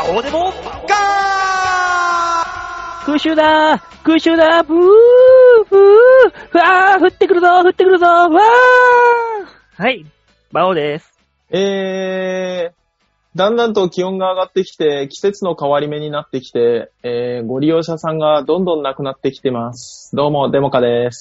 オデモガー空襲だー空襲だーブーブーわー降ってくるぞー降ってくるぞーわーはい、バオです。 だんだんと気温が上がってきて、季節の変わり目になってきて、ご利用者さんがどんどんなくなってきてます。どうも、デモカです。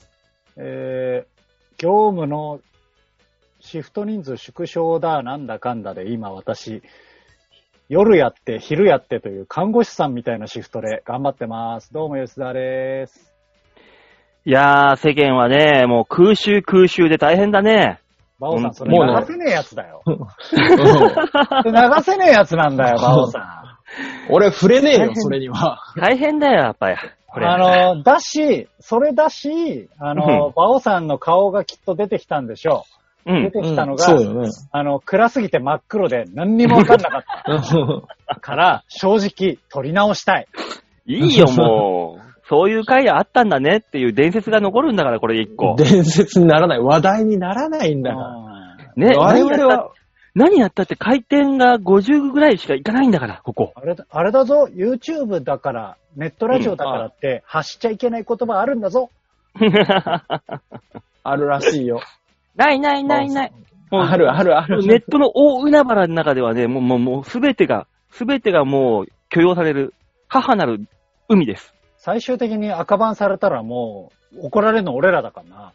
業務のシフト人数縮小だ、なんだかんだで、今私、夜やって昼やってという看護師さんみたいなシフトで頑張ってます。どうも吉田です。 いやー、世間はね、もう空襲で大変だね。 バオさん、それ流せねえやつだよ。流せねえやつなんだよ、バオさん。俺触れねえよ、それには。 大変だよ、やっぱり。これそれだし、バオさんの顔がきっと出てきたんでしょう。出てきたのが、 そうよね、 暗すぎて真っ黒で何にもわかんなかったから、正直撮り直したい。 いいよ、もう。そういう回あったんだねっていう伝説が残るんだから、これ一個。 伝説にならない。話題にならないんだから。 ね、我々は。何やったって回転が50ぐらいしかいかないんだから、ここ。 あれだぞ、YouTube だから、ネットラジオだからって、発しちゃいけない言葉あるんだぞ。 あるらしいよ。 ない。 ある。 ネットの大海原の中ではね、もうすべてがもう許容される、母なる海です。 最終的に赤バンされたらもう、怒られるの俺らだからな。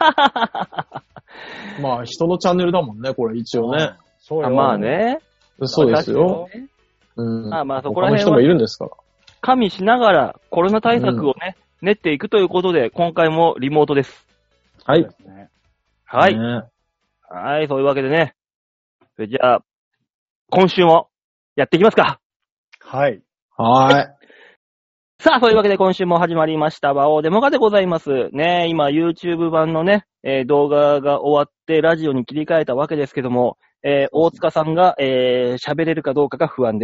まあ、人のチャンネルだもんね、これ一応ね。 そうよ。 まあね。 そうですよ。 まあそこら辺は。他の人もいるんですから。 加味しながらコロナ対策をね、練っていくということで、今回もリモートです。 はい。 はい。はい、そういうわけでね。じゃあ、今週もやっていきますか。 はい。 さあ、そういうわけで今週も始まりました。バオデモカでございます。ね、今 YouTube 版のね、動画が終わってラジオに切り替えたわけですけども、大塚さんが喋れるかどうかが不安です。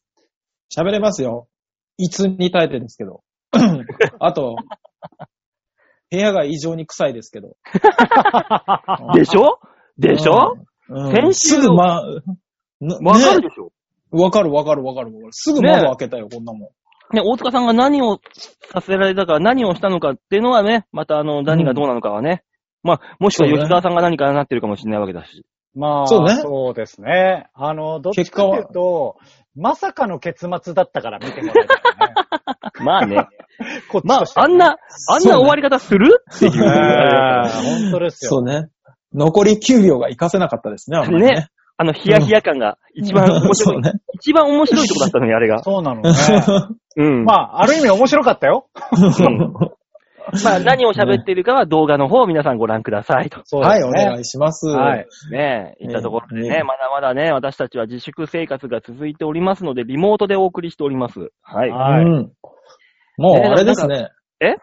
喋れますよ。いつに耐えてですけど。あと、部屋が異常に臭いですけど。 でしょ、先週すぐわかるでしょ、 わかる。すぐ窓開けたよ、こんなもん。 ね、大塚さんが何をさせられたか、何をしたのかっていうのはね、また何がどうなのかはね。まあ、もしくは吉沢さんが何かなってるかもしれないわけだし。 まあ、そうですね。どっちかというと、まさかの結末だったから見てもらえたらね。 まあね。 まあ、 あんな終わり方するっていう。 本当ですよ。 そうね。残り9秒が活かせなかったですね、 ね。ヒヤヒヤ感が一番面白い、一番面白いとこだったのに、あれが。 そうなのね。まあ、ある意味面白かったよ。 まあ、何を喋っているかは動画の方を皆さんご覧くださいと。 はい、お願いします。 はい。ねえ、いったところでね、まだまだね、私たちは自粛生活が続いておりますので、リモートでお送りしております。はい。 もう、あれですね。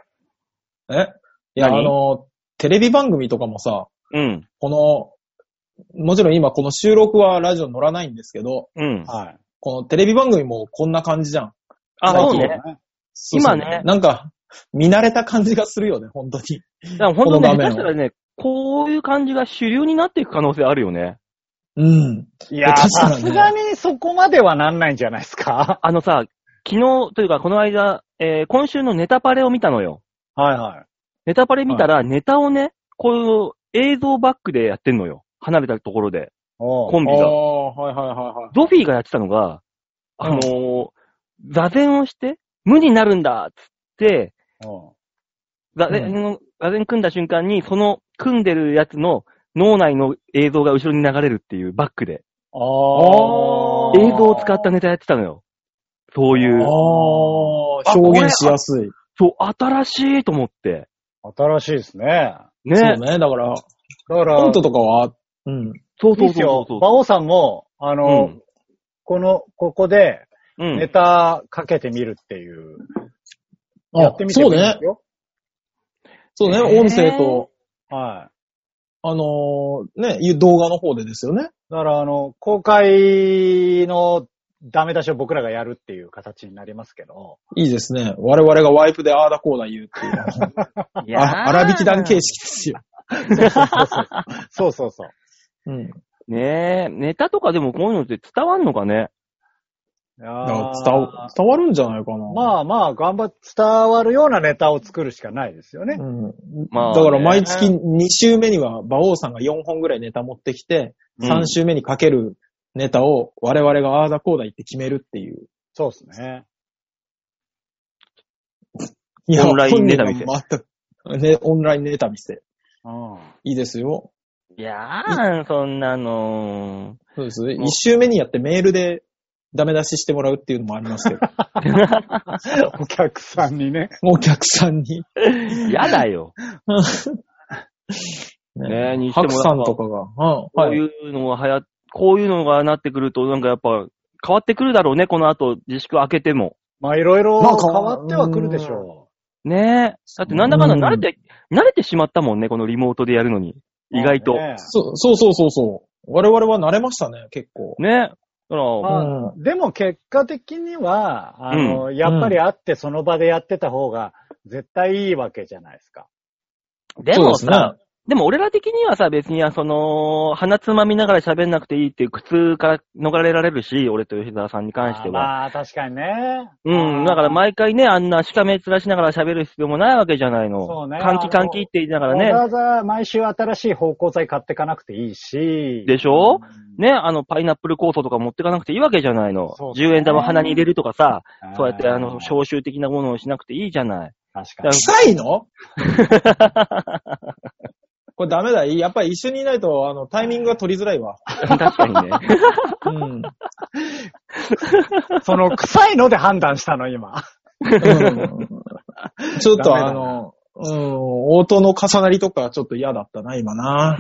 いや、 何テレビ番組とかもさ、もちろん今この収録はラジオに乗らないんですけど、このテレビ番組もこんな感じじゃん。 そうね。今ね。 なんか、見慣れた感じがするよね、本当に。 だから本当にね、下手したらね、こういう感じが主流になっていく可能性あるよね。 いや、さすがにそこまではなんないんじゃないですか。 さ、昨日というかこの間、今週のネタパレを見たのよ。ネタパレ見たら、ネタをね、こういう映像バックでやってんのよ。離れたところで。コンビが。ゾフィーがやってたのが、座禅をして、無になるんだっつって、座禅組んだ瞬間に、その組んでるやつの脳内の映像が後ろに流れるっていうバックで。映像を使ったネタやってたのよ。そういう。 表現しやすい。 そう、新しいと思って。 新しいですね。 そうね、だから、コントとかは、 そう。 馬王さんも、ここで、ネタかけてみるっていう。やってみてもいいですよ。 そうね、音声と、動画の方でですよね。 だから、公開のダメ出しを僕らがやるっていう形になりますけど。 いいですね。我々がワイプであーだこーだ言うっていう。荒引き団形式ですよ。 そう。 ねえ、ネタとかでもこういうのって伝わんのかね。 伝わるんじゃないかな。 まあまあ、頑張って伝わるようなネタを作るしかないですよね。 だから毎月2週目には馬王さんが4本ぐらいネタ持ってきて、3週目にかけるネタを我々がああだこうだ言って決めるっていう。 そうですね。 いや、オンラインネタ見せ。オンラインネタ見せ。いいですよ。 いやー、そんなの。 そうです。1週目にやってメールでダメ出ししてもらうっていうのもありますけど。 お客さんにね。 お客さんに。 やだよ。ねえ、にしてもハクさんとかが。 こういうのがこういうのがなってくると、なんかやっぱ変わってくるだろうね、この後自粛明けても。 まあいろいろ変わってはくるでしょう。ねえ。だってなんだかんだ慣れてしまったもんね、このリモートでやるのに。意外と。 そう。我々は慣れましたね、結構。 ね。 でも結果的には、やっぱり会ってその場でやってた方が絶対いいわけじゃないですか。 でもさ、でも俺ら的にはさ、別に鼻つまみながら喋んなくていいっていう苦痛から逃れられるし、俺と吉沢さんに関しては。 まあ、確かにね。 だから毎回ね、あんなしかめ面しながら喋る必要もないわけじゃないの。 そうね。 換気って言いながらね。 わざわざ毎週新しい芳香剤買ってかなくていいし。 でしょ？ね、パイナップル酵素とか持ってかなくていいわけじゃないの。10円玉鼻に入れるとかさ、そうやって消臭的なものをしなくていいじゃない。 確かに。 臭いのこれダメだ。やっぱり一緒にいないと、タイミングが取りづらいわ。 確かにね。 その臭いので判断したの、今。 ちょっと音の重なりとかちょっと嫌だったな、今な。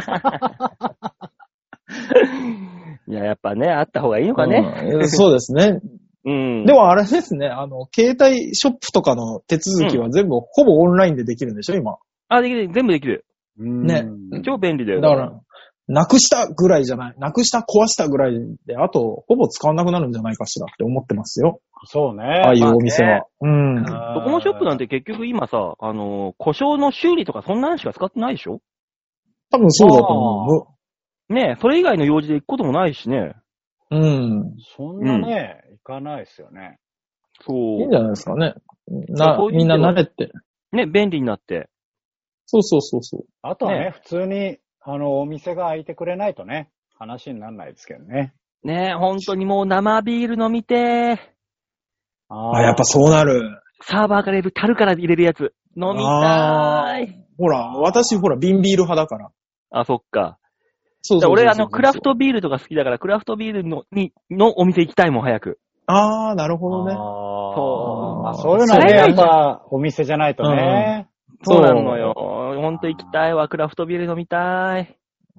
いや、やっぱね、あった方がいいのかね。 そうですね。でもあれですね、携帯ショップとかの手続きは全部、ほぼオンラインでできるんでしょ、今。 できる。全部できる。 ね。 超便利だよ。 だから、なくしたぐらいじゃない。なくした、壊したぐらいで、あと、ほぼ使わなくなるんじゃないかしらって思ってますよ。 そうね。 ああいうお店は。 ドコモショップなんて結局今さ、故障の修理とかそんなのしか使ってないでしょ？ 多分そうだと思う。ねえ、それ以外の用事で行くこともないしね。 そんなね、行かないですよね。 そう。いいんじゃないですかね。みんな慣れて。 ね、便利になって。 そう。 あとはね、普通に、お店が開いてくれないとね、話にならないですけどね。 ねえ、本当にもう生ビール飲みてー。やっぱそうなる。 サーバーから入れる、樽から入れるやつ。飲みたい。 私瓶ビール派だから。 そっか。そう。俺、クラフトビールとか好きだから、クラフトビールのお店行きたいもん、早く。 なるほどね。 そういうのはね、やっぱ、お店じゃないとね。 そうなのよ。ほんと行きたいわ。クラフトビール飲みたい。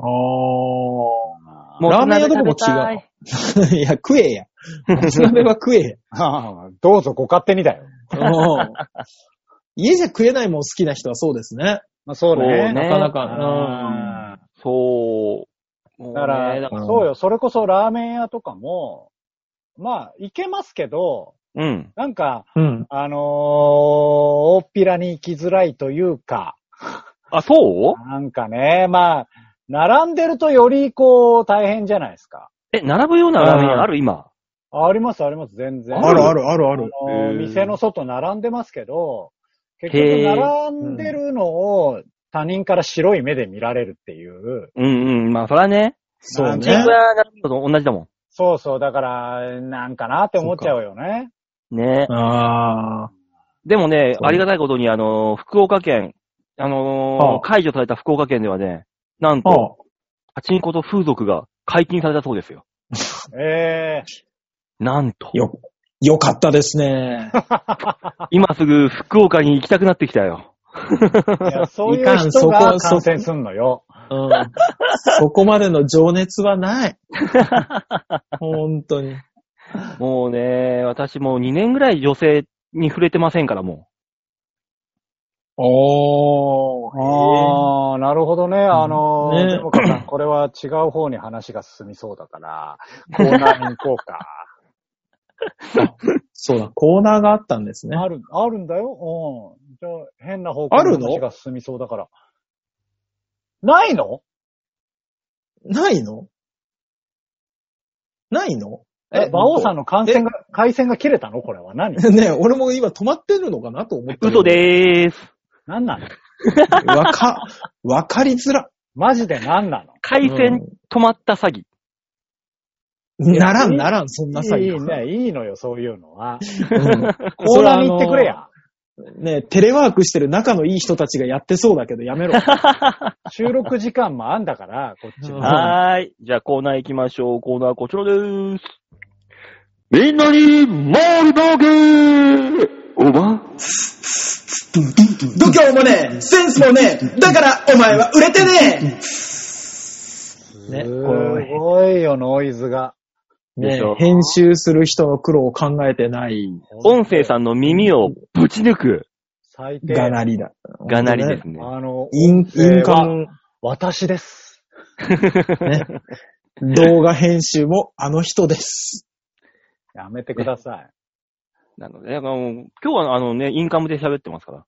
ラーメン屋どこも違う。いや、食えや。もつ鍋は食えや。どうぞご勝手にだよ。 家じゃ食えないもん好きな人はそうですね。 そうね。 なかなか。 そう。 だから、そうよ。それこそラーメン屋とかも、行けますけど、なんか、大っぴらに行きづらいというか。 そうなんかね、並んでるとより大変じゃないですか。 並ぶようなラーメン屋ある今。 あります、全然。 ある。 店の外並んでますけど、結局並んでるのを他人から白い目で見られるっていう。 そらね。 そうね。 チームは並ぶのと同じだもん。 そう、だから、なんかなって思っちゃうよね。 ね。でもね、ありがたいことに、福岡県、解除された福岡県ではね、なんと、パチンコと風俗が解禁されたそうですよ。なんと。 よかったですね。 今すぐ福岡に行きたくなってきたよ。 いや、そういう人が感染すんのよ。 そこまでの情熱はない。本当に。 もうね、私もう2年ぐらい女性に触れてませんから、もう。 なるほどね。でもこれは違う方に話が進みそうだから、コーナーに行こうか。 そうだ、コーナーがあったんですね。 あるんだよ。じゃあ、変な方向に話が進みそうだから。ないの？ 馬王さんの回線が切れたのこれは何ね俺も今止まってるのかなと思って。 嘘でーす。 何なのわかりづら。 マジで何なの回線止まった詐欺。 ならん、そんな詐欺。 いいのよ、そういうのは。コーナーに行ってくれや。 ねテレワークしてる仲のいい人たちがやってそうだけどやめろ。 収録時間もあんだから、こっちは。 はーい。じゃあコーナー行きましょう。コーナーこちらでーす。みんなに回り道具おば度胸もねえ、センスもねえ、だからお前は売れてねえ。 すごいよ、ノイズが。 ね編集する人の苦労を考えてない。 音声さんの耳をぶち抜く。 最低。 がなりだ。 がなりですね。 インカム。 私です。 ね。動画編集もあの人です。 やめてください。 なので、今日はインカムで喋ってますから。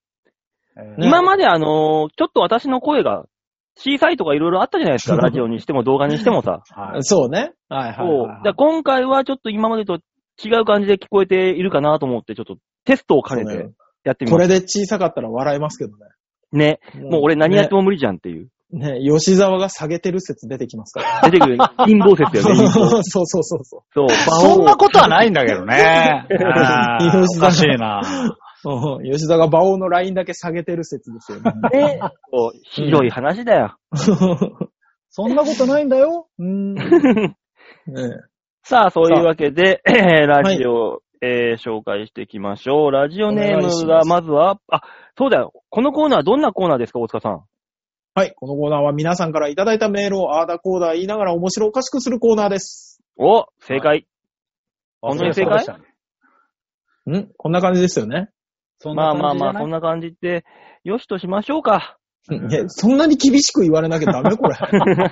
今までちょっと私の声が小さいとかいろいろあったじゃないですか。ラジオにしても動画にしてもさ。 はい、そうね。はいはい、はい。 今回はちょっと今までと違う感じで聞こえているかなと思って、ちょっとテストを兼ねてやってみます。 これで小さかったら笑えますけどね。 ね。もう俺何やっても無理じゃんっていう。 ね、吉沢が下げてる説出てきますから。 出てくる。陰謀説よね。 そう。 そんなことはないんだけどね。おかしいな。 吉沢が馬王のラインだけ下げてる説ですよね。 ひどい話だよ。 そんなことないんだよ。 さあ、そういうわけで、ラジオ、紹介していきましょう。ラジオネームが、まずは、そうだよ。このコーナーどんなコーナーですか、大塚さん。 はい。このコーナーは皆さんからいただいたメールをあーだこーだ言いながら面白おかしくするコーナーです。 お、正解。本当に正解？ こんな感じですよね。 まあ、こんな感じで、よしとしましょうか。 そんなに厳しく言われなきゃダメこれ。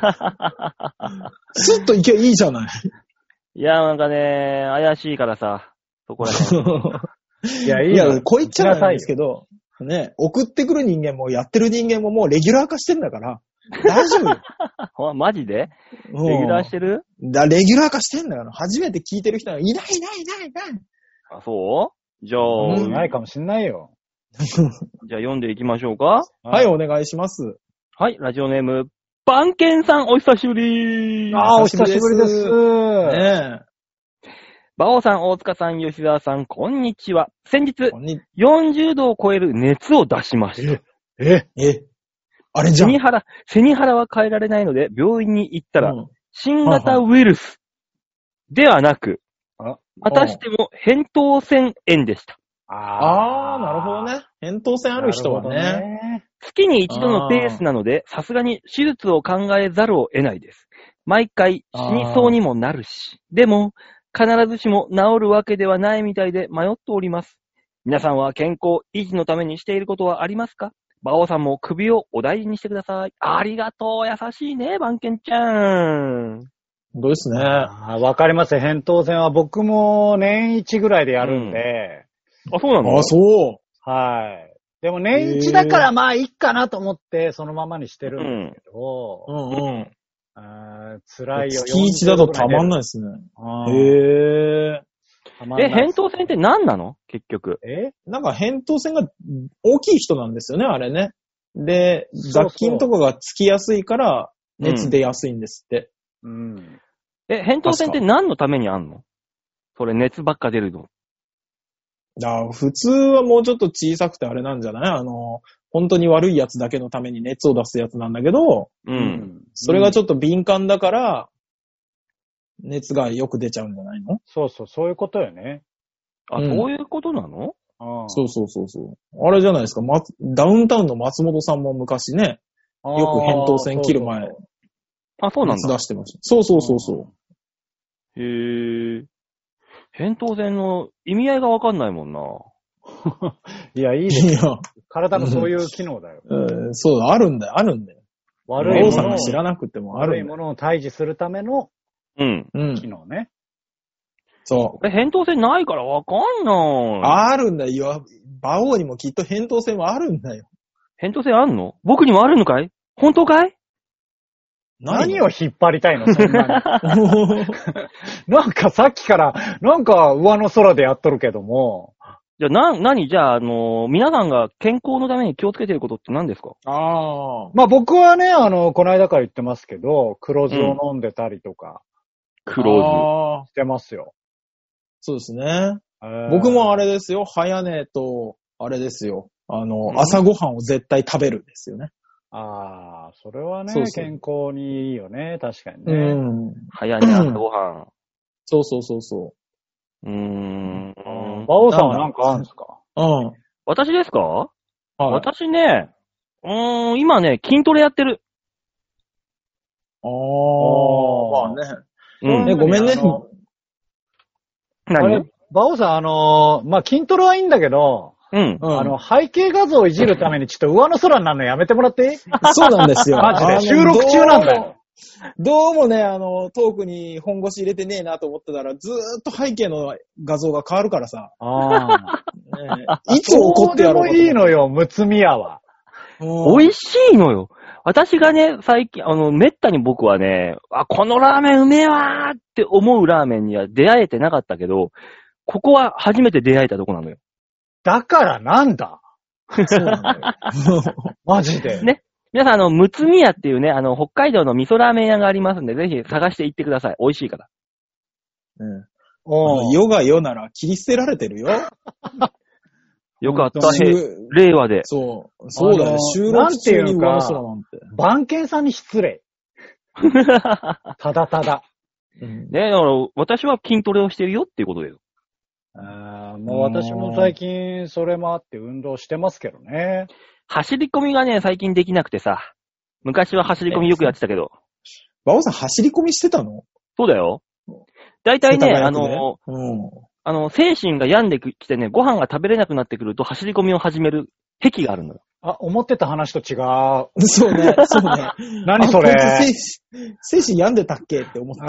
スッといけばいいじゃない。 いや、なんかね、怪しいからさ、そこら辺。 いや、こう言っちゃないんですけど、ね、送ってくる人間もやってる人間ももうレギュラー化してんだから、大丈夫よ。 マジでレギュラーしてる？ レギュラー化してんだから、初めて聞いてる人はいない。 あ、そうじゃあ、 いないかもしんないよ。 じゃあ読んでいきましょうか。 はい、お願いします。 はい、ラジオネーム、バンケンさんお久しぶり。 お久しぶりです。 ねえ。 馬王さん、大塚さん、吉沢さん、こんにちは。先日、40度を超える熱を出しました。 あれじゃん。 背に腹は変えられないので、病院に行ったら、新型ウイルスではなく、またしても扁桃腺炎でした。 なるほどね。扁桃腺ある人はね。 月に一度のペースなので、さすがに手術を考えざるを得ないです。毎回死にそうにもなるし、でも、必ずしも治るわけではないみたいで迷っております。皆さんは健康維持のためにしていることはありますか？馬王さんも首をお大事にしてください。ありがとう。優しいね、番犬ちゃん。 どうですね。 わかります。扁桃腺は僕も年一ぐらいでやるんで。 そうなの？ そう。 はい。でも年一だからまあいいかなと思ってそのままにしてるんですけど。辛いよ。 月一だとたまんないですね。 扁桃腺って何なの？結局。 なんか扁桃腺が大きい人なんですよね、あれね。で、雑菌とかがつきやすいから熱出やすいんですって。 扁桃腺って何のためにあんの？それ熱ばっか出るの。 普通はもうちょっと小さくてあれなんじゃない？本当に悪いやつだけのために熱を出すやつなんだけど、それがちょっと敏感だから、熱がよく出ちゃうんじゃないの？ そういうことよね。 そういうことなの？ そう。あれじゃないですか、ダウンタウンの松本さんも昔ね、よく扁桃腺切る前、 そうなんだ。 熱出してました。そう。 へぇー。扁桃腺の意味合いがわかんないもんな。 いや、いいですよ。体のそういう機能だよ。 そう、あるんだよ。 悪いものを知らなくてもある。 悪いものを退治するための機能ね。 そう。 扁桃腺ないからわかんない。 あるんだよ。馬王にもきっと扁桃腺はあるんだよ。 扁桃腺あんの？僕にもあるのかい？本当かい？ 何を引っ張りたいのそんなに。なんかさっきから、なんか上の空でやっとるけども。 じゃあ、じゃあ、皆さんが健康のために気をつけてることって何ですか？ まあ僕はね、この間から言ってますけど、黒酢を飲んでたりとか。 黒酢。してますよ。 そうですね。僕もあれですよ、早寝と、あれですよ。朝ごはんを絶対食べるんですよね。 それはね、健康にいいよね、確かにね。 早寝朝ごはん。 そうそうそうそう。 馬王さんはなんかあるんですか？ 私ですか？私ね、今ね、筋トレやってる。 まあね。ごめんね。 何？ 馬王さん、まあ、筋トレはいいんだけど、背景画像をいじるためにちょっと上の空になるのやめてもらっていい？ そうなんですよ。 マジで。収録中なんだよ。 どうもね、トークに本腰入れてねえなと思ってたら、ずーっと背景の画像が変わるからさ。いつ怒ってやろうかと。 そうでもいいのよ、むつみやは。 美味しいのよ。私がね、最近、めったに僕はね、このラーメンうめえわーって思うラーメンには出会えてなかったけど、ここは初めて出会えたとこなのよ。 だからなんだ？ そうなんだよ。 マジで。 ね。皆さん、むつみやっていうね、北海道の味噌ラーメン屋がありますんで、ぜひ探して行ってください。美味しいから。 世が世なら切り捨てられてるよ。 よかった。令和で。 そうだよ。収録中に上の空なんて。 番犬さんに失礼。ただただ。 ね、だから私は筋トレをしてるよっていうことだよ。 もう私も最近それもあって運動してますけどね。 走り込みがね、最近できなくてさ。昔は走り込みよくやってたけど。 馬王さん走り込みしてたの？ そうだよ。だいたいね、精神が病んできてね、ご飯が食べれなくなってくると走り込みを始める癖があるのよ。 思ってた話と違う。 そうね。 何それ？ 精神病んでたっけって思った。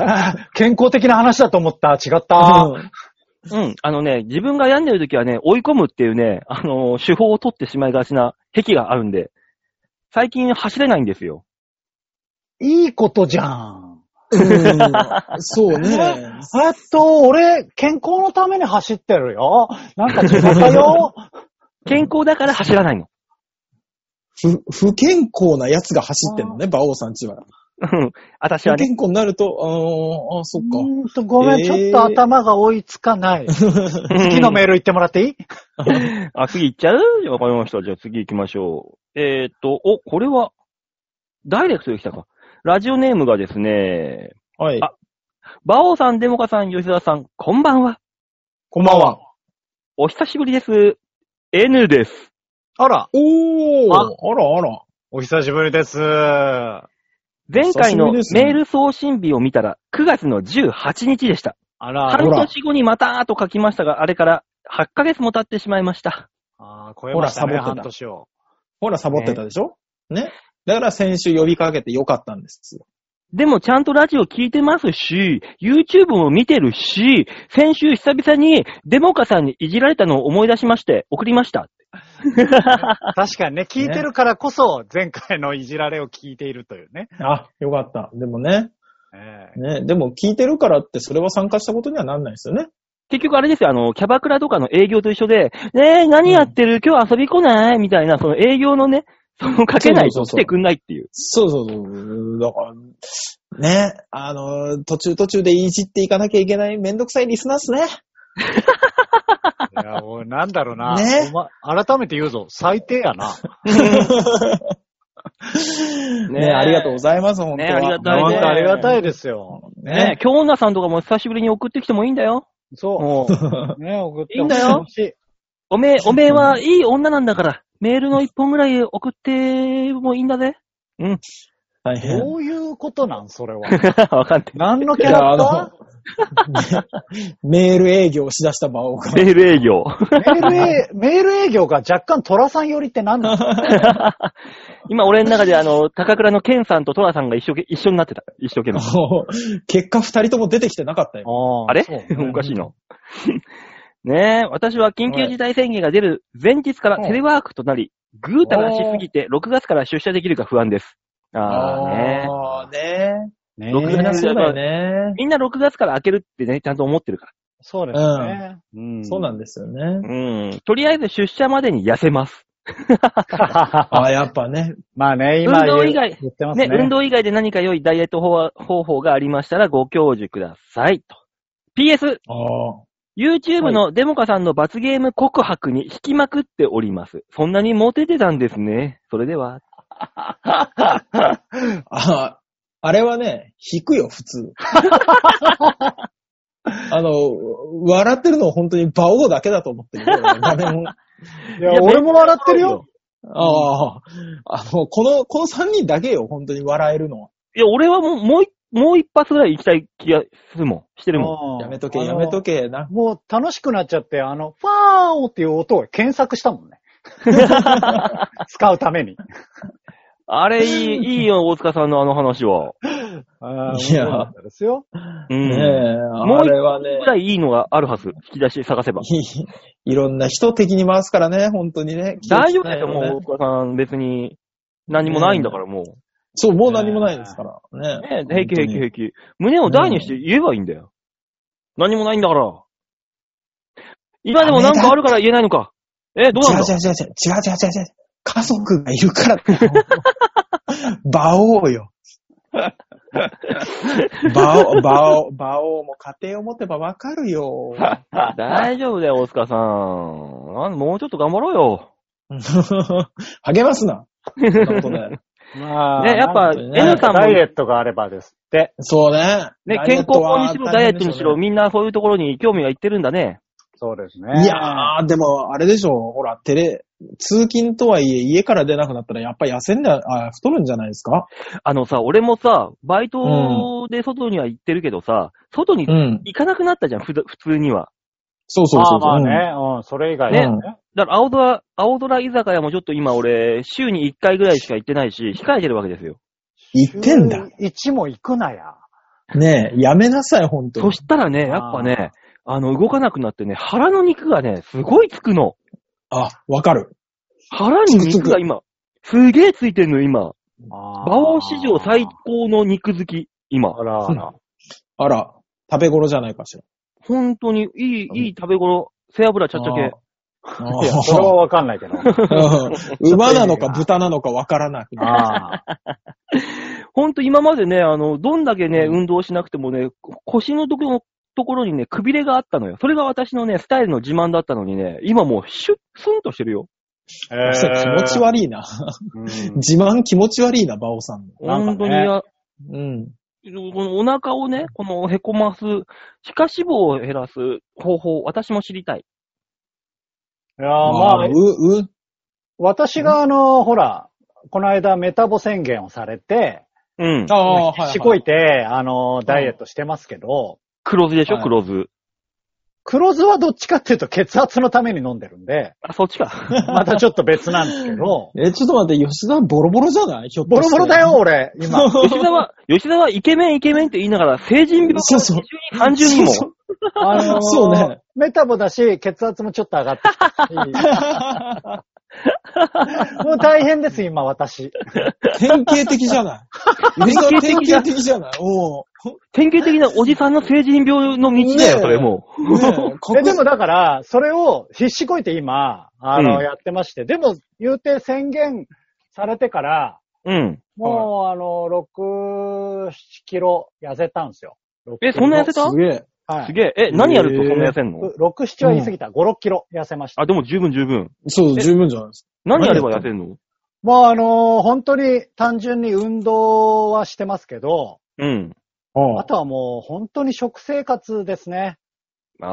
健康的な話だと思った。違った。 自分が病んでる時はね、追い込むっていうね、手法を取ってしまいがちな癖があるんで、最近走れないんですよ。 いいことじゃん。 そうね。 俺、健康のために走ってるよ。なんか違ったよ。 健康だから走らないの。 不健康なやつが走ってんのね、馬王さんちは。 私はね。 不健康になると、そっか。 ごめん、ちょっと頭が追いつかない。次のメール言ってもらっていい？ 次行っちゃう？わかりました。じゃあ次行きましょう。これは、ダイレクトで来たか。ラジオネームがですね、 はい。 馬王さん、デモカさん、吉沢さん、こんばんは。 こんばんは。 お久しぶりです。N です。 あら。 あら。 お久しぶりです。 前回のメール送信日を見たら9月の18日でした。半年後にまたと書きましたが、あれから8ヶ月も経ってしまいました。 超えましたね、半年を。 ほら、サボってたでしょ？ね。だから先週呼びかけてよかったんですよ。 でもちゃんとラジオ聞いてますし、YouTube も見てるし、先週久々にデモカさんにいじられたのを思い出しまして送りました。 確かにね、聞いてるからこそ前回のいじられを聞いているというね。 よかった。でもね。でも聞いてるからってそれは参加したことにはなんないですよね。 結局あれですよ、キャバクラとかの営業と一緒で、ねえ、何やってる？今日遊び来ない？みたいな、その営業のね、かけないと来てくんないっていう。 そう。だから、ね、途中でいじっていかなきゃいけないめんどくさいリスナーっすね。 いや、もうなんだろうな。 ね、 改めて言うぞ。最低やな。 ね、ありがとうございます、本当は。 ね、ありがたいね。 本当ありがたいですよ。 ね、京女さんとかも久しぶりに送ってきてもいいんだよ。 そう。ね、送っていいんだよ。おめえはいい女なんだから、メールの一本ぐらい送ってもいいんだぜ。うん。 大変。 どういうことなんそれは。 わかんない。 何のキャラクターメール営業しだした場を。 メール営業。 メール営業が若干トラさん寄りって何なの？ 今俺の中で高倉のケンさんとトラさんが一緒になってた。一生懸命。 結果二人とも出てきてなかったよ。 あれ？おかしいの。ねえ、私は緊急事態宣言が出る前日からテレワークとなり、ぐうたらしすぎて6月から出社できるか不安です。 ね。 ね。 6月そうだよね。 みんな6月から開けるってね、ちゃんと思ってるから。 そうですね。 そうなんですよね。 とりあえず出社までに痩せます。 やっぱね。 まあね、今運動以外、 言ってますね。 運動以外で何か良いダイエット方法がありましたらご教授ください。と。PS。YouTube のデモカさんの罰ゲーム告白に引きまくっております。そんなにモテてたんですね。それでは。 あれはね、引くよ、普通。笑ってるのは本当に馬王だけだと思ってる。画面を。 いや、俺も笑ってるよ。 この3人だけよ、本当に笑えるのは。 いや、俺はもう一発ぐらい行きたい気がするもん。してるもん。やめとけな。 もう楽しくなっちゃって、ファーンっていう音を検索したもんね。使うために。 あれいいよ、大塚さんのあの話は。 いや、 ですよ。 もう一個ぐらいいいのがあるはず。引き出し探せば。 いろんな人的に回すからね、本当にね。 大丈夫ですよ、もう大塚さん。別に何もないんだから、もう。 そう、もう何もないですから。ね。 平気。胸を大にして言えばいいんだよ。何もないんだから。今でもなんかあるから言えないのか。どうなんだ？ 違う。家族がいるから。馬王よ。馬王も家庭を持てばわかるよ。 大丈夫だよ、大塚さん。もうちょっと頑張ろうよ。 励ますな。そんなことね。 まあ、 ね、やっぱ、N さんも。 ダイエットがあればですって。 そうね。 ね、健康法にしろ、ダイエットにしろ、みんなそういうところに興味がいってるんだね。 そうですね。 いやー、でも、あれでしょ。ほら、通勤とはいえ、家から出なくなったら、やっぱり太るんじゃないですか？ 俺もさ、バイトで外には行ってるけどさ、外に行かなくなったじゃん、普通には。 そう。 まあね、それ以外ね。 だから青空居酒屋もちょっと今俺、週に1回ぐらいしか行ってないし、控えてるわけですよ。 行ってんだ。 1も行くなや。 ねえ、やめなさい、ほんとに。 そしたらね、やっぱね、動かなくなってね、腹の肉がね、すごいつくの。 わかる。 腹に肉が今、すげえついてんの、今。馬王史上最高の肉好き、今。 あら、食べ頃じゃないかしら。 本当に、いい食べ頃、背脂ちゃっちゃけ。 いや、それはわかんないけど。 馬なのか豚なのかわからない。 ほんと今までね、どんだけね、運動しなくてもね、腰のところにね、くびれがあったのよ。それが私のね、スタイルの自慢だったのにね、今もうスンとしてるよ。 気持ち悪いな。自慢気持ち悪いな、馬王さん。 本当にこのお腹をね、このへこます、皮下脂肪を減らす方法、私も知りたい。 いやまあ、私がほら、この間メタボ宣言をされて、しこいて、ダイエットしてますけど。 黒酢でしょ、黒酢。 黒酢はどっちかっていうと血圧のために飲んでるんで。 そっちか。 またちょっと別なんですけど。 ちょっと待って、吉田ボロボロじゃない？ひょっとしてボロボロだよ、俺、今。 吉田はイケメンって言いながら、成人病が30人も。 そうね。 メタボだし、血圧もちょっと上がってきたし。もう大変です、今、私。 典型的じゃない。典型的じゃない。 典型的なおじさんの成人病の道だよ、それもう。でもだから、それを必死こいて今、やってまして。でも、言うて宣言されてから、もう、6、7キロ痩せたんですよ。 そんな痩せた？ すげえ。 すげえ。何やるとそんな痩せんの？ 6、7は言い過ぎた。5、6キロ痩せました。 でも十分。 そう、十分じゃないですか。 何やれば痩せんの？ もう本当に単純に運動はしてますけど、あとはもう本当に食生活ですね。 ま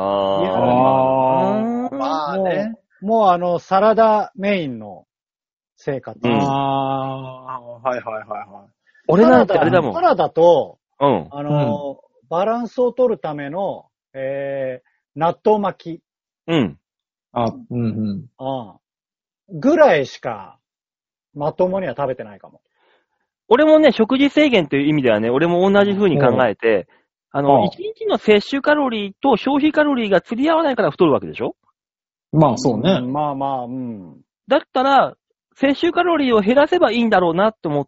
あね。 もうサラダメインの生活。 はい。 俺なんてあれだもん。 サラダと、バランスを取るための、納豆巻き。ぐらいしか、まともには食べてないかも。 俺もね、食事制限という意味ではね、俺も同じ風に考えて、1日の摂取カロリーと消費カロリーが釣り合わないから太るわけでしょ？ まあそうね。 まあ、 だったら、 摂取カロリーを減らせばいいんだろうなと思って、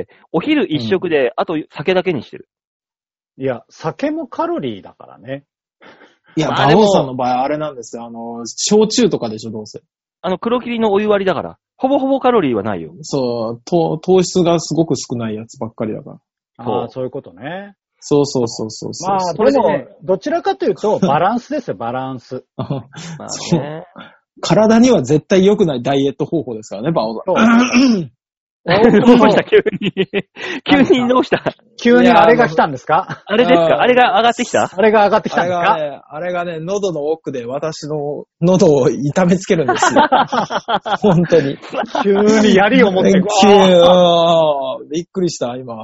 お昼一食で、あと酒だけにしてる。 いや、酒もカロリーだからね。 いや、馬王さんの場合あれなんですよ。焼酎とかでしょ、どうせ。 黒霧のお湯割りだから。ほぼほぼカロリーはないよ。 そう、糖質がすごく少ないやつばっかりだから。 ああ、そういうことね。 そう。 まあ、でも、どちらかというと、バランスですよ、バランス。 まあね。 体には絶対良くないダイエット方法ですからね、馬王さん。 どうした急に。急にどうした急にあれが来たんですか？ あれですか？あれが上がってきた？ あれが上がってきたんですか？ あれがね、喉の奥で私の喉を痛めつけるんですよ。本当に。 急に槍を持ってびっくりした、今。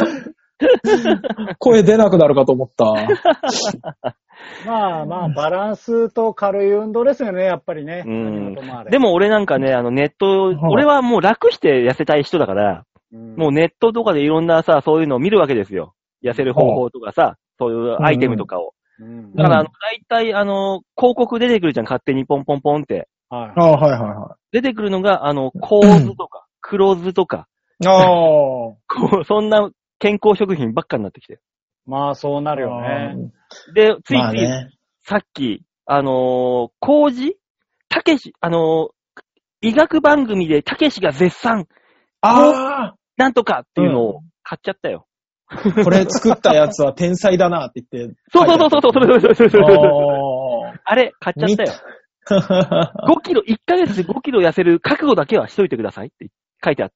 声出なくなるかと思った。 まあ、バランスと軽い運動ですよね、やっぱりね。 でも俺なんかね、ネット、俺はもう楽して痩せたい人だから、もうネットとかでいろんなさ、そういうのを見るわけですよ。痩せる方法とかさ、そういうアイテムとかを。だから、大体、広告出てくるじゃん、勝手にポンポンポンって。 はい。 出てくるのが、構図とか、黒酢とか。そんな健康食品ばっかになってきて。 まあ、そうなるよね。 で、ついつい、さっき、麹たけし、医学番組でたけしが絶賛、なんとかっていうのを買っちゃったよ。 これ作ったやつは天才だなって言って。 そう。あれ、買っちゃったよ。5キロ、1ヶ月で5キロ痩せる覚悟だけはしといてくださいって書いてあった。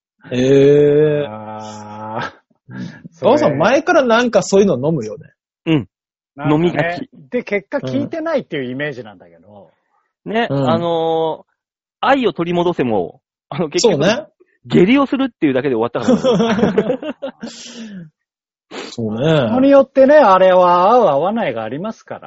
馬王さん前からなんかそういうの飲むよね。 うん。飲みがち。 で、結果効いてないっていうイメージなんだけど。 ね、愛を取り戻せも、結局、下痢をするっていうだけで終わったからね。 そうね。 人によってね、あれは合う合わないがありますから。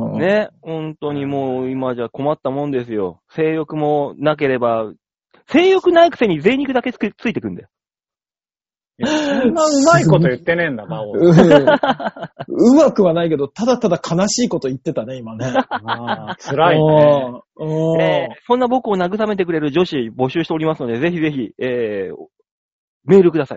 ね、本当にもう今じゃ困ったもんですよ。性欲もなければ、性欲ないくせに贅肉だけついてくんだよ。 そんなうまいこと言ってねえんだ、馬王。 うまくはないけど、ただただ悲しいこと言ってたね、今ね。 辛いね。 そんな僕を慰めてくれる女子募集しておりますので、ぜひぜひ、メールください。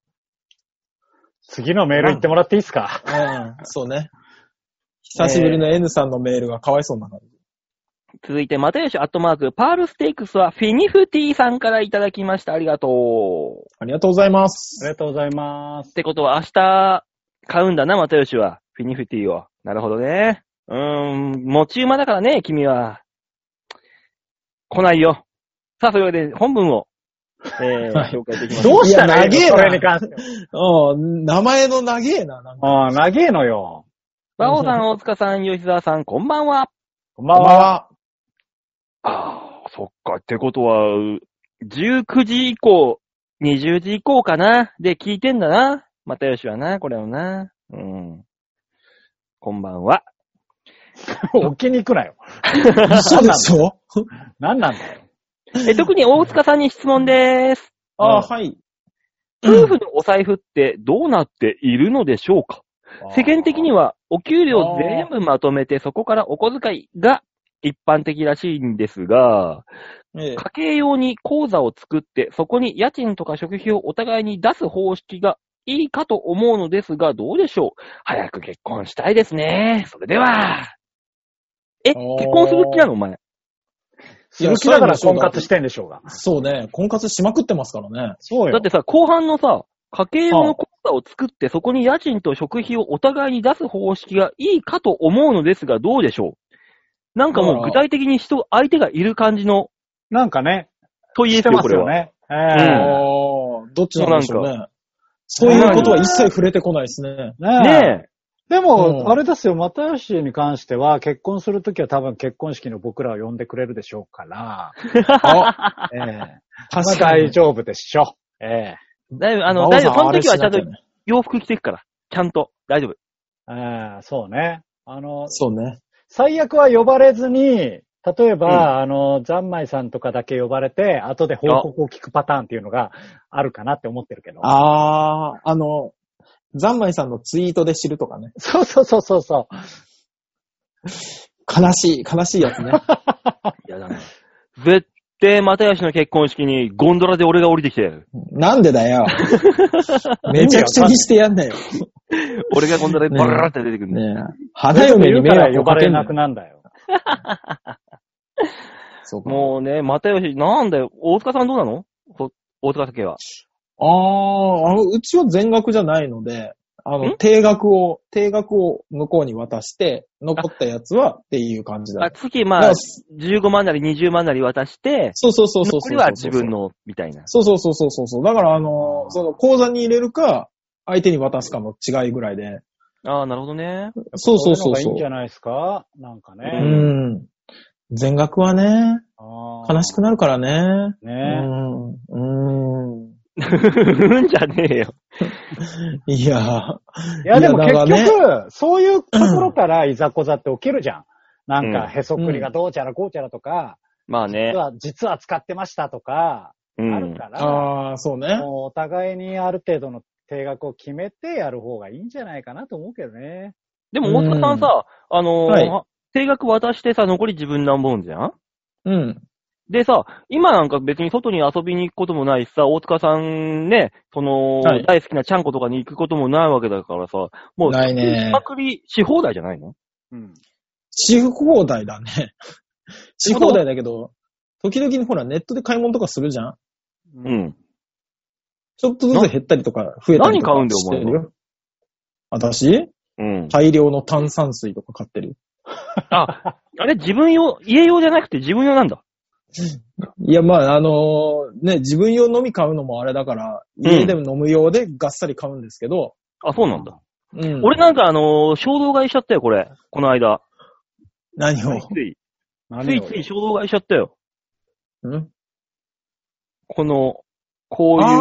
次のメール言ってもらっていいですか？ そうね。久しぶりの N さんのメールがかわいそうな感じ。 続いて、またよし、パールステークスはフィニフティさんからいただきました。ありがとう。 ありがとうございます。 ありがとうございます。 ってことは明日買うんだな、またよしは。フィニフティを。なるほどね。持ち馬だからね、君は。来ないよ。さあ、そういうわけで本文を、紹介できます。 どうしたらいいの？それに関しては。 名前の長えな。 長えのよ。 馬王さん、大塚さん、吉沢さん、こんばんは。 こんばんは。 そっか。ってことは、19時以降、20時以降かな。で、聞いてんだな。またよしはな、これをな。こんばんは。 置きに行くなよ。 そうでしょ？ 何なんだよ。 特に大塚さんに質問です。 はい。 夫婦のお財布ってどうなっているのでしょうか？世間的にはお給料全部まとめてそこからお小遣いが一般的らしいんですが、家計用に口座を作ってそこに家賃とか食費をお互いに出す方式がいいかと思うのですが、どうでしょう？早く結婚したいですね。それでは。結婚する気なのお前。 する気だから婚活してんでしょうが。 そうね。婚活しまくってますからね。 そうよ。 だってさ、後半のさ、家計用の口座を作って、そこに家賃と食費をお互いに出す方式がいいかと思うのですが、どうでしょう？なんかもう具体的に相手がいる感じの。 なんかね。 と言えますよね。 どっちなんでしょうね。そういうことは一切触れてこないですね。 ねえ。 でも、あれですよ、又吉に関しては、結婚するときは多分結婚式の僕らを呼んでくれるでしょうから。大丈夫でしょ。 大丈夫。その時はちゃんと洋服着ていくから。ちゃんと。大丈夫。そうね。 そうね。 最悪は呼ばれずに、例えば、ザンマイさんとかだけ呼ばれて、後で報告を聞くパターンっていうのがあるかなって思ってるけど。 ザンマイさんのツイートで知るとかね。 そう。 悲しいやつね。 いやだね。絶で、又吉の結婚式にゴンドラで俺が降りてきて。 なんでだよ。めちゃくちゃにしてやんだよ。 俺がゴンドラでバラーって出てくるんだよ。 ねえ。花嫁に迷惑呼ばれなくなんだよ。 そうか。 もうね、又吉、なんだよ。大塚さんどうなの？大塚家は。 うちは全額じゃないので、定額を向こうに渡して、残ったやつはっていう感じだ。 月、まあ、15万なり20万なり渡して、 そう。 残りは自分の、みたいな。 そう。だから、その口座に入れるか、相手に渡すかの違いぐらいで。 ああ、なるほどね。 そう。 そういうのがいいんじゃないですか？なんかね。 全額はね、悲しくなるからね。 ねうんじゃねえよ。 いや、 でも結局、そういうところからいざこざって起きるじゃん。なんか、へそくりがどうちゃらこうちゃらとか、 まあね。 実は使ってましたとか、あるから、 そうね。 もうお互いにある程度の定額を決めてやる方がいいんじゃないかなと思うけどね。 でも大塚さんさ、定額渡してさ、残り自分なんぼんじゃん？でさ、今なんか別に外に遊びに行くこともないしさ、大塚さんね、大好きなちゃんことかに行くこともないわけだからさ、もう、 ないね。 まくりし放題じゃないの？ し放題だね。し放題だけど、時々ほらネットで買い物とかするじゃん？ちょっとずつ減ったりとか増えたりとかしてるよ。何買うんだよ、お前。私？大量の炭酸水とか買ってる。 あれ自分用、家用じゃなくて自分用なんだ。 いや、まあ、自分用のみ買うのもあれだから、家でも飲む用でがっさり買うんですけど。 あ、そうなんだ。俺なんか衝動買いしちゃったよ、この間。 何を？ つい衝動買いしちゃったよ。こういう。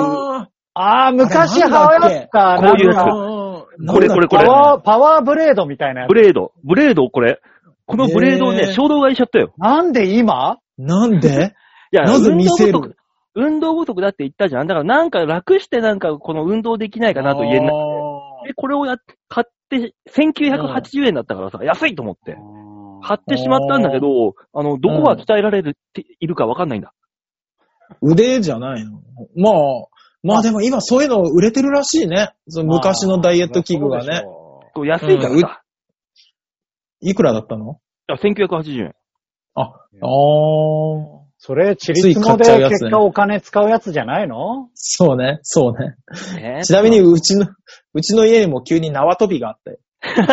昔流行った。 こういうやつ。これ。 パワーブレードみたいなやつ。 ブレード、これ。このブレードをね、衝動買いしちゃったよ。 なんで今？ なんで？ いや、 なぜ見せる？ 運動不足だって言ったじゃん。だからなんか楽してこの運動できないかなと言えなくて。で、これを買って、1980円だったからさ、安いと思って。買ってしまったんだけど、どこが鍛えられいるかわかんないんだ。 腕じゃないの？まあでも今そういうの売れてるらしいね。その昔のダイエット器具がね。 安いからさ。 いくらだったの ？1980円。 それ、チリツモで結果お金使うやつじゃないの？ そうね。ちなみにうちの家にも急に縄跳びがあって。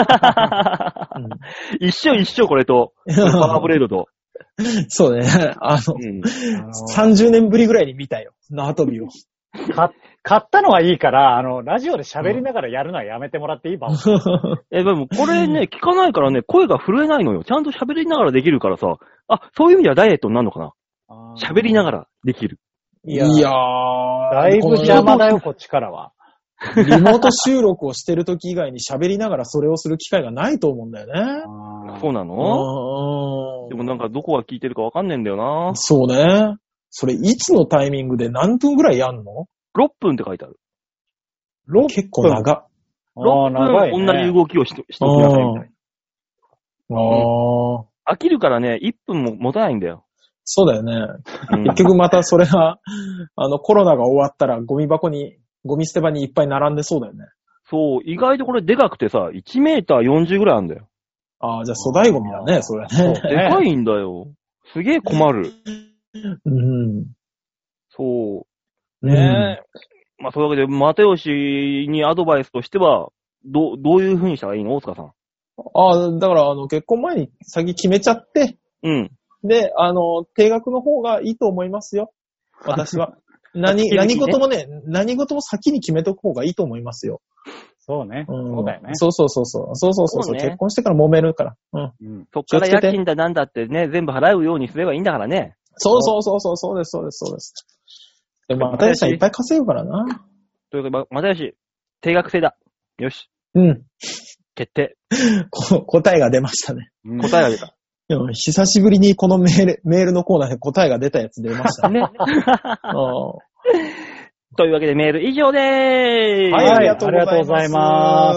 一緒、これと。パワーブレードと。 そうね。30年ぶりぐらいに見たよ。縄跳びを。 買ったのはいいから、ラジオで喋りながらやるのはやめてもらっていいば。 でもこれね、聞かないからね、声が震えないのよ。ちゃんと喋りながらできるからさ。そういう意味ではダイエットになるのかな？喋りながらできる。 いやだいぶ邪魔だよ、こっちからは。 リモート収録をしてる時以外に喋りながらそれをする機会がないと思うんだよね。 そうなの？でもなんかどこが聞いてるかわかんねえんだよな。 そうね。それいつのタイミングで何分ぐらいやんの？ 6 分って書いてある。 結構長。 6分同じ動きをしときなさいみたいな。飽きるからね、1分も持たないんだよ。 そうだよね。結局またそれが、コロナが終わったらゴミ捨て場にいっぱい並んでそうだよね。 そう、意外とこれでかくてさ、1メーター40ぐらいあるんだよ。 じゃあ粗大ゴミだね、それね。 でかいんだよ。すげえ困る。そう。ねえ。まあ、そういうわけで、又吉にアドバイスとしては、どういう風にしたらいいの？大塚さん。 だから、結婚前に先決めちゃって、で、定額の方がいいと思いますよ。私は。何事も先に決めとく方がいいと思いますよ。 そうね。そうだよね。 そう。結婚してから揉めるから。 そっから家賃だなんだってね、全部払うようにすればいいんだからね。 そうです。でも、又吉さんいっぱい稼ぐからな。 というか、又吉、定額制だ。よし。決定。 答えが出ましたね。 答えが出た。 久しぶりにこのメールのコーナーで答えが出たやつ出ましたね。 というわけでメール以上でーす。 はい、ありがとうございます。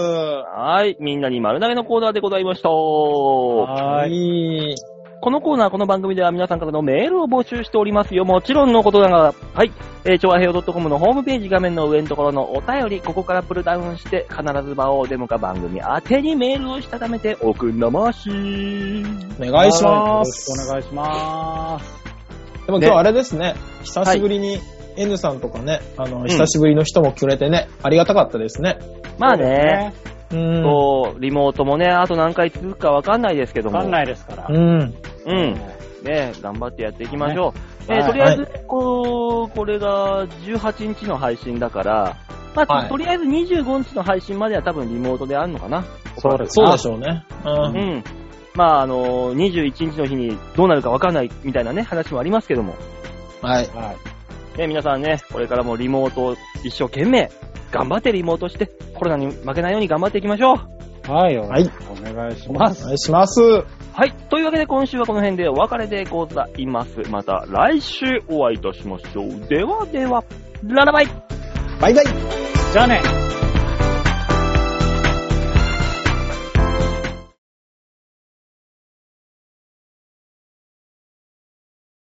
はい、みんなに丸投げのコーナーでございました。 はい。 このコーナー、この番組では皆さんからのメールを募集しておりますよ。もちろんのことながら、はい。調和平洋 .com のホームページ画面の上のところのお便り、ここからプルダウンして、必ず場をデモか番組宛てにメールをしたためておくんなまし。 お願いします。 よろしくお願いします。 でも今日あれですね、久しぶりに N さんとかね、久しぶりの人もくれてね、ありがたかったですね。 まあね。そう、リモートもね、あと何回続くかわかんないですけども。 わかんないですから。 ね、頑張ってやっていきましょう。とりあえず、これが18日の配信だから、まあ、とりあえず25日の配信までは多分リモートであるのかな。 そうでしょうね。 まあ、21日の日にどうなるかわかんないみたいなね、話もありますけども。 はい。 ね、皆さんね、これからもリモートを一生懸命、頑張ってリモートして、コロナに負けないように頑張っていきましょう。 はい、お願いします。 お願いします。 はい。というわけで今週はこの辺でお別れでございます。また来週お会いいたしましょう。ではでは、ララバイ。 バイバイ。 じゃあね。